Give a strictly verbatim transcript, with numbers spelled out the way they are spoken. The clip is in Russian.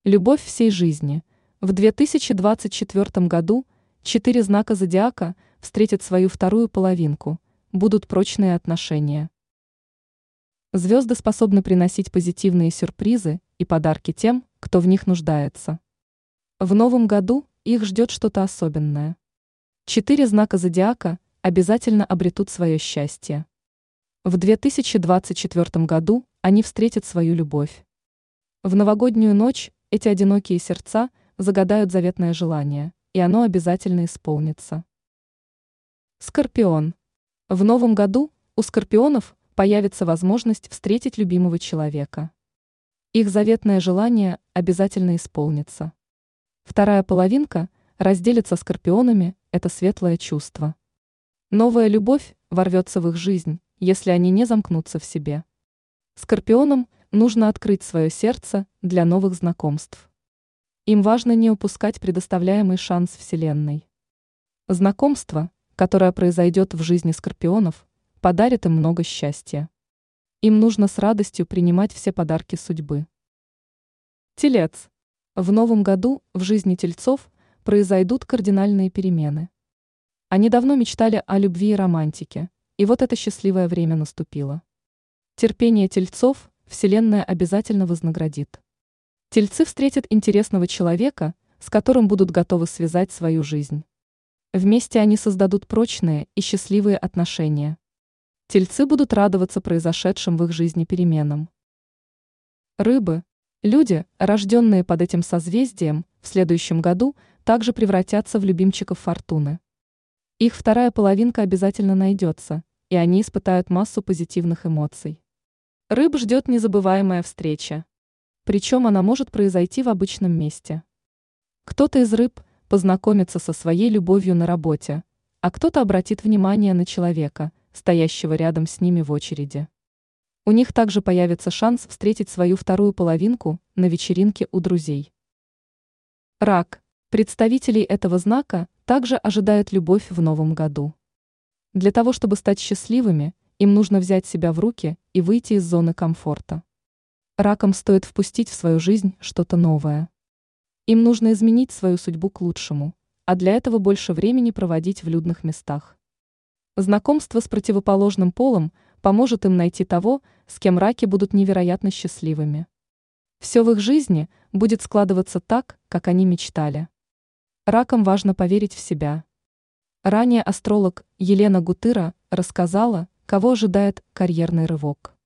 Любовь всей жизни. В две тысячи двадцать четвёртом году четыре знака зодиака встретят свою вторую половинку, будут прочные отношения. Звезды способны приносить позитивные сюрпризы и подарки тем, кто в них нуждается. В новом году их ждет что-то особенное. Четыре знака зодиака обязательно обретут свое счастье. В две тысячи двадцать четвёртом году они встретят свою любовь. В новогоднюю ночь эти одинокие сердца загадают заветное желание, и оно обязательно исполнится. Скорпион. В новом году у скорпионов появится возможность встретить любимого человека. Их заветное желание обязательно исполнится. Вторая половинка разделится с скорпионами это светлое чувство. Новая любовь ворвется в их жизнь, если они не замкнутся в себе. Скорпионам нужно открыть свое сердце для новых знакомств. Им важно не упускать предоставляемый шанс Вселенной. Знакомство, которое произойдет в жизни скорпионов, подарит им много счастья. Им нужно с радостью принимать все подарки судьбы. Телец. В новом году в жизни тельцов произойдут кардинальные перемены. Они давно мечтали о любви и романтике, и вот это счастливое время наступило. Терпение тельцов Вселенная обязательно вознаградит. Тельцы встретят интересного человека, с которым будут готовы связать свою жизнь. Вместе они создадут прочные и счастливые отношения. Тельцы будут радоваться произошедшим в их жизни переменам. Рыбы. Люди, рожденные под этим созвездием, в следующем году также превратятся в любимчиков фортуны. Их вторая половинка обязательно найдется, и они испытают массу позитивных эмоций. Рыб ждет незабываемая встреча. Причем она может произойти в обычном месте. Кто-то из рыб познакомится со своей любовью на работе, а кто-то обратит внимание на человека, стоящего рядом с ними в очереди. У них также появится шанс встретить свою вторую половинку на вечеринке у друзей. Рак. Представителей этого знака также ожидает любовь в новом году. Для того, чтобы стать счастливыми, им нужно взять себя в руки и выйти из зоны комфорта. Ракам стоит впустить в свою жизнь что-то новое. Им нужно изменить свою судьбу к лучшему, а для этого больше времени проводить в людных местах. Знакомство с противоположным полом поможет им найти того, с кем раки будут невероятно счастливыми. Все в их жизни будет складываться так, как они мечтали. Ракам важно поверить в себя. Ранее астролог Елена Гутыра рассказала, кого ожидает карьерный рывок.